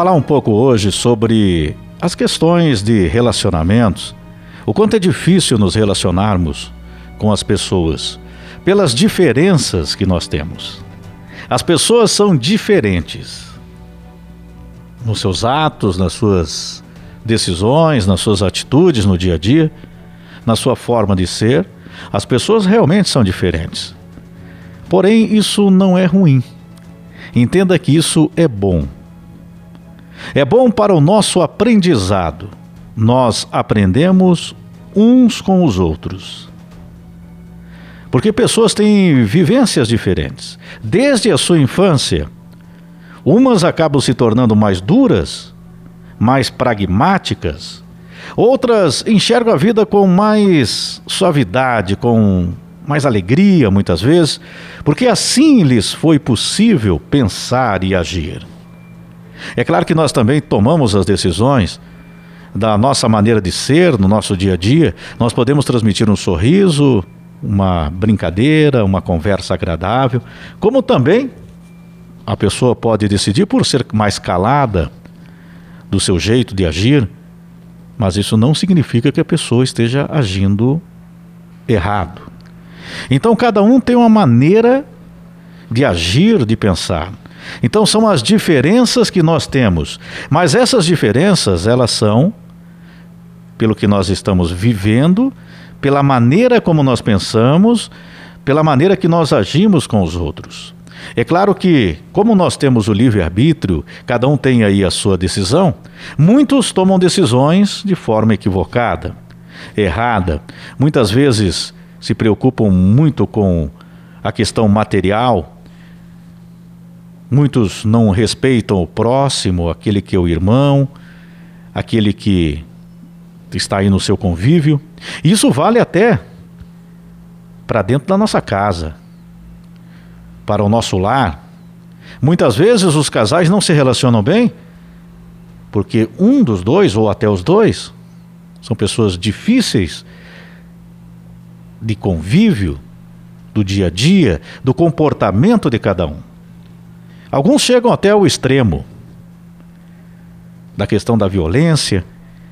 falar um pouco hoje sobre as questões de relacionamentos, o quanto é difícil nos relacionarmos com as pessoas, pelas diferenças que nós temos. As pessoas são diferentes nos seus atos, nas suas decisões, nas suas atitudes no dia a dia, na sua forma de ser. As pessoas realmente são diferentes. Porém, isso não é ruim. Entenda que isso é bom. É bom para o nosso aprendizado. Nós aprendemos uns com os outros. Porque pessoas têm vivências diferentes. Desde a sua infância, umas acabam se tornando mais duras, mais pragmáticas. Outras enxergam a vida com mais suavidade, com mais alegria, muitas vezes, porque assim lhes foi possível pensar e agir. É claro que nós também tomamos as decisões da nossa maneira de ser, no nosso dia a dia. Nós podemos transmitir um sorriso, uma brincadeira, uma conversa agradável, como também a pessoa pode decidir por ser mais calada do seu jeito de agir, mas isso não significa que a pessoa esteja agindo errado. Então cada um tem uma maneira de agir, de pensar. Então são as diferenças que nós temos, mas essas diferenças, elas são pelo que nós estamos vivendo, pela maneira como nós pensamos, pela maneira que nós agimos com os outros. É claro que, como nós temos o livre-arbítrio, cada um tem aí a sua decisão, muitos tomam decisões de forma equivocada, errada. Muitas vezes se preocupam muito com a questão material. Muitos não respeitam o próximo, aquele que é o irmão, aquele que está aí no seu convívio. Isso vale até para dentro da nossa casa, para o nosso lar. Muitas vezes os casais não se relacionam bem porque um dos dois, ou até os dois, são pessoas difíceis de convívio, do dia a dia, do comportamento de cada um. Alguns chegam até ao extremo da questão da violência.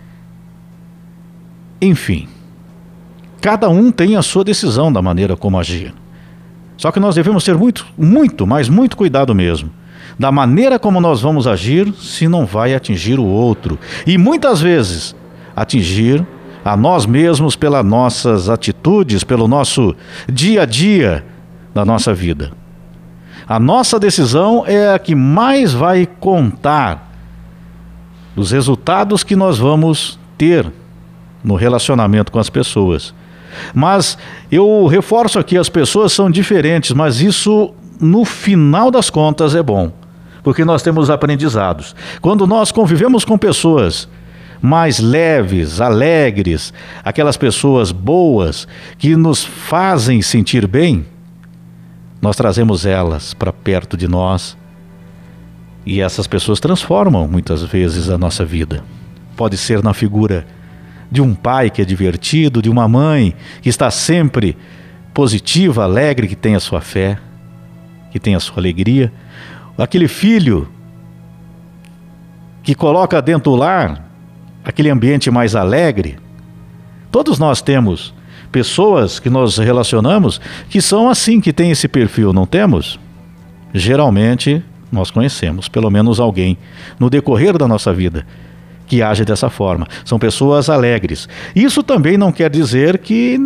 Enfim, cada um tem a sua decisão da maneira como agir. Só que nós devemos ter muito cuidado mesmo da maneira como nós vamos agir, se não vai atingir o outro. E muitas vezes atingir a nós mesmos pelas nossas atitudes, pelo nosso dia a dia da nossa vida. A nossa decisão é a que mais vai contar dos resultados que nós vamos ter no relacionamento com as pessoas. Mas eu reforço aqui, as pessoas são diferentes, mas isso no final das contas é bom, porque nós temos aprendizados. Quando nós convivemos com pessoas mais leves, alegres, aquelas pessoas boas que nos fazem sentir bem, nós trazemos elas para perto de nós e essas pessoas transformam muitas vezes a nossa vida. Pode ser na figura de um pai que é divertido, de uma mãe que está sempre positiva, alegre, que tem a sua fé, que tem a sua alegria. Aquele filho que coloca dentro do lar aquele ambiente mais alegre. Todos nós temos pessoas que nós relacionamos que são assim, que têm esse perfil, não temos? Geralmente nós conhecemos pelo menos alguém no decorrer da nossa vida que age dessa forma. São pessoas alegres. Isso também não quer dizer que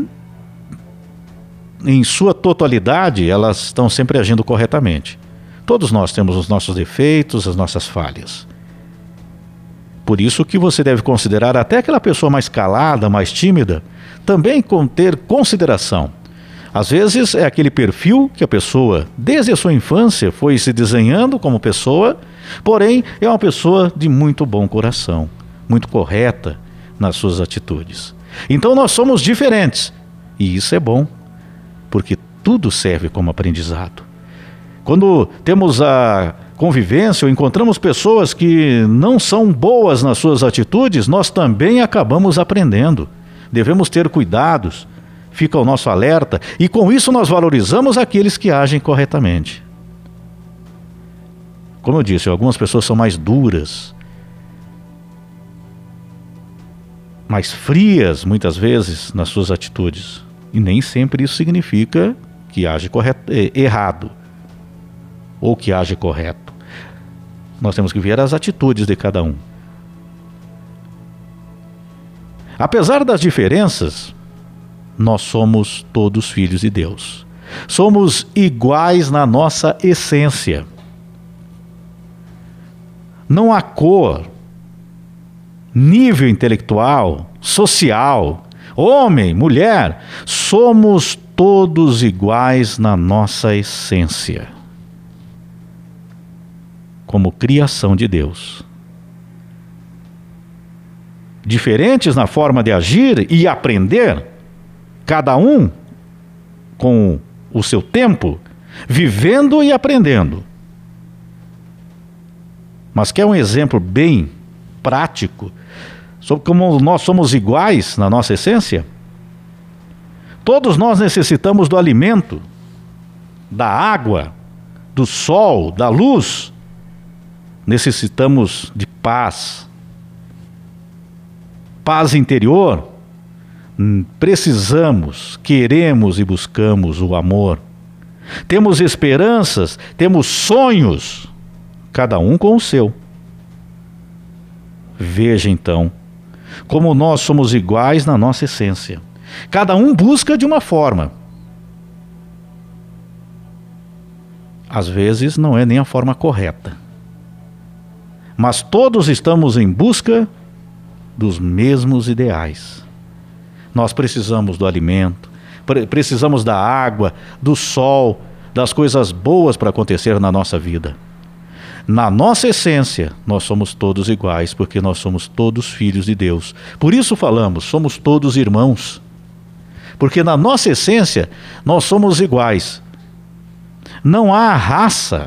em sua totalidade elas estão sempre agindo corretamente. Todos nós temos os nossos defeitos, as nossas falhas. Por isso que você deve considerar até aquela pessoa mais calada, mais tímida, também ter consideração. Às vezes é aquele perfil que a pessoa, desde a sua infância, foi se desenhando como pessoa, porém é uma pessoa de muito bom coração, muito correta nas suas atitudes. Então nós somos diferentes, e isso é bom, porque tudo serve como aprendizado. Quando temos a convivência ou encontramos pessoas que não são boas nas suas atitudes, nós também acabamos aprendendo. Devemos ter cuidados, fica o nosso alerta, e com isso nós valorizamos aqueles que agem corretamente. Como eu disse, algumas pessoas são mais duras, mais frias, muitas vezes, nas suas atitudes. E nem sempre isso significa que age errado ou que age correto. Nós temos que ver as atitudes de cada um. Apesar das diferenças, nós somos todos filhos de Deus. Somos iguais na nossa essência. Não há cor, nível intelectual, social, homem, mulher, somos todos iguais na nossa essência, como criação de Deus. Diferentes na forma de agir e aprender, cada um com o seu tempo, vivendo e aprendendo. Mas quer um exemplo bem prático sobre como nós somos iguais na nossa essência? Todos nós necessitamos do alimento, da água, do sol, da luz. Necessitamos de paz. Paz interior. Precisamos, queremos e buscamos o amor. Temos esperanças, temos sonhos, cada um com o seu. Veja então, como nós somos iguais na nossa essência. Cada um busca de uma forma. Às vezes não é nem a forma correta. Mas todos estamos em busca dos mesmos ideais. Nós precisamos do alimento, precisamos da água, do sol, das coisas boas para acontecer na nossa vida. Na nossa essência, nós somos todos iguais, porque nós somos todos filhos de Deus. Por isso falamos, somos todos irmãos. Porque na nossa essência, nós somos iguais. Não há raça.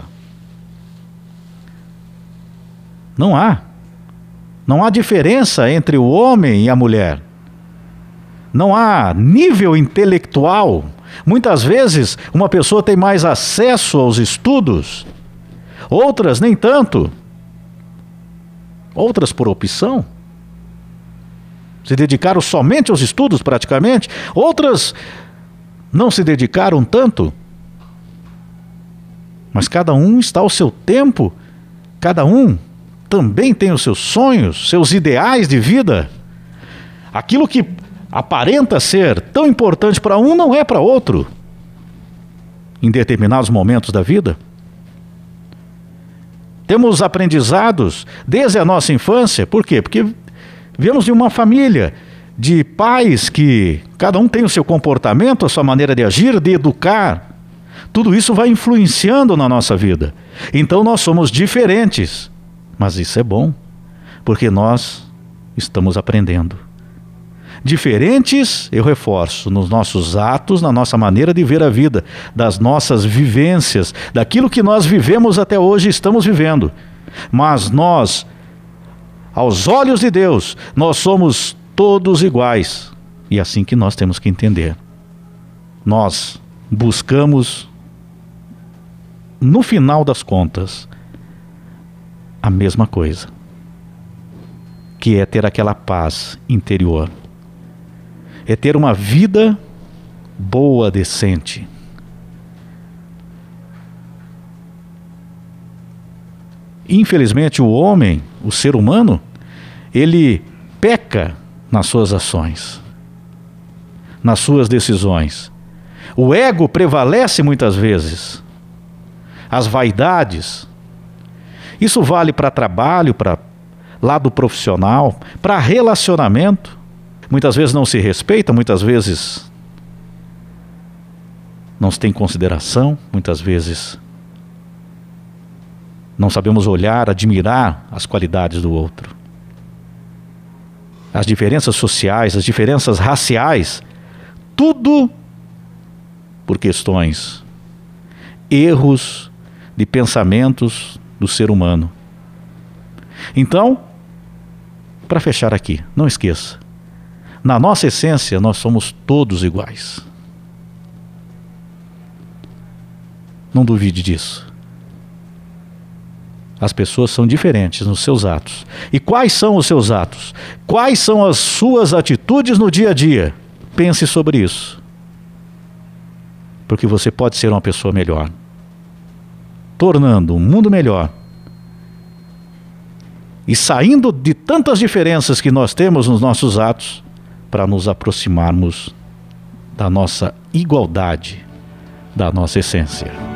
Não há. Não há diferença entre o homem e a mulher. Não há nível intelectual. Muitas vezes, uma pessoa tem mais acesso aos estudos, outras nem tanto. Outras por opção. Se dedicaram somente aos estudos, praticamente. Outras não se dedicaram tanto. Mas cada um está ao seu tempo. Cada um também tem os seus sonhos, seus ideais de vida. Aquilo que aparenta ser tão importante para um não é para outro. Em determinados momentos da vida. Temos aprendizados desde a nossa infância. Por quê? Porque viemos de uma família de pais que cada um tem o seu comportamento, a sua maneira de agir, de educar. Tudo isso vai influenciando na nossa vida. Então nós somos diferentes. Mas isso é bom, porque nós estamos aprendendo. Diferentes, eu reforço, nos nossos atos, na nossa maneira de ver a vida, das nossas vivências, daquilo que nós vivemos até hoje e estamos vivendo. Mas nós, aos olhos de Deus, nós somos todos iguais. E é assim que nós temos que entender. Nós buscamos, no final das contas, a mesma coisa, que é ter aquela paz interior. É ter uma vida boa, decente. Infelizmente, o homem, o ser humano, ele peca nas suas ações, nas suas decisões. O ego prevalece muitas vezes. As vaidades. Isso vale para trabalho, para lado profissional, para relacionamento. Muitas vezes não se respeita, muitas vezes não se tem consideração, muitas vezes não sabemos olhar, admirar as qualidades do outro. As diferenças sociais, as diferenças raciais, tudo por questões, erros de pensamentos do ser humano. Então, para fechar aqui, não esqueça, na nossa essência nós somos todos iguais. Não duvide disso. As pessoas são diferentes nos seus atos. E quais são os seus atos? Quais são as suas atitudes no dia a dia? Pense sobre isso. Porque você pode ser uma pessoa melhor, tornando um mundo melhor e saindo de tantas diferenças que nós temos nos nossos atos para nos aproximarmos da nossa igualdade, da nossa essência.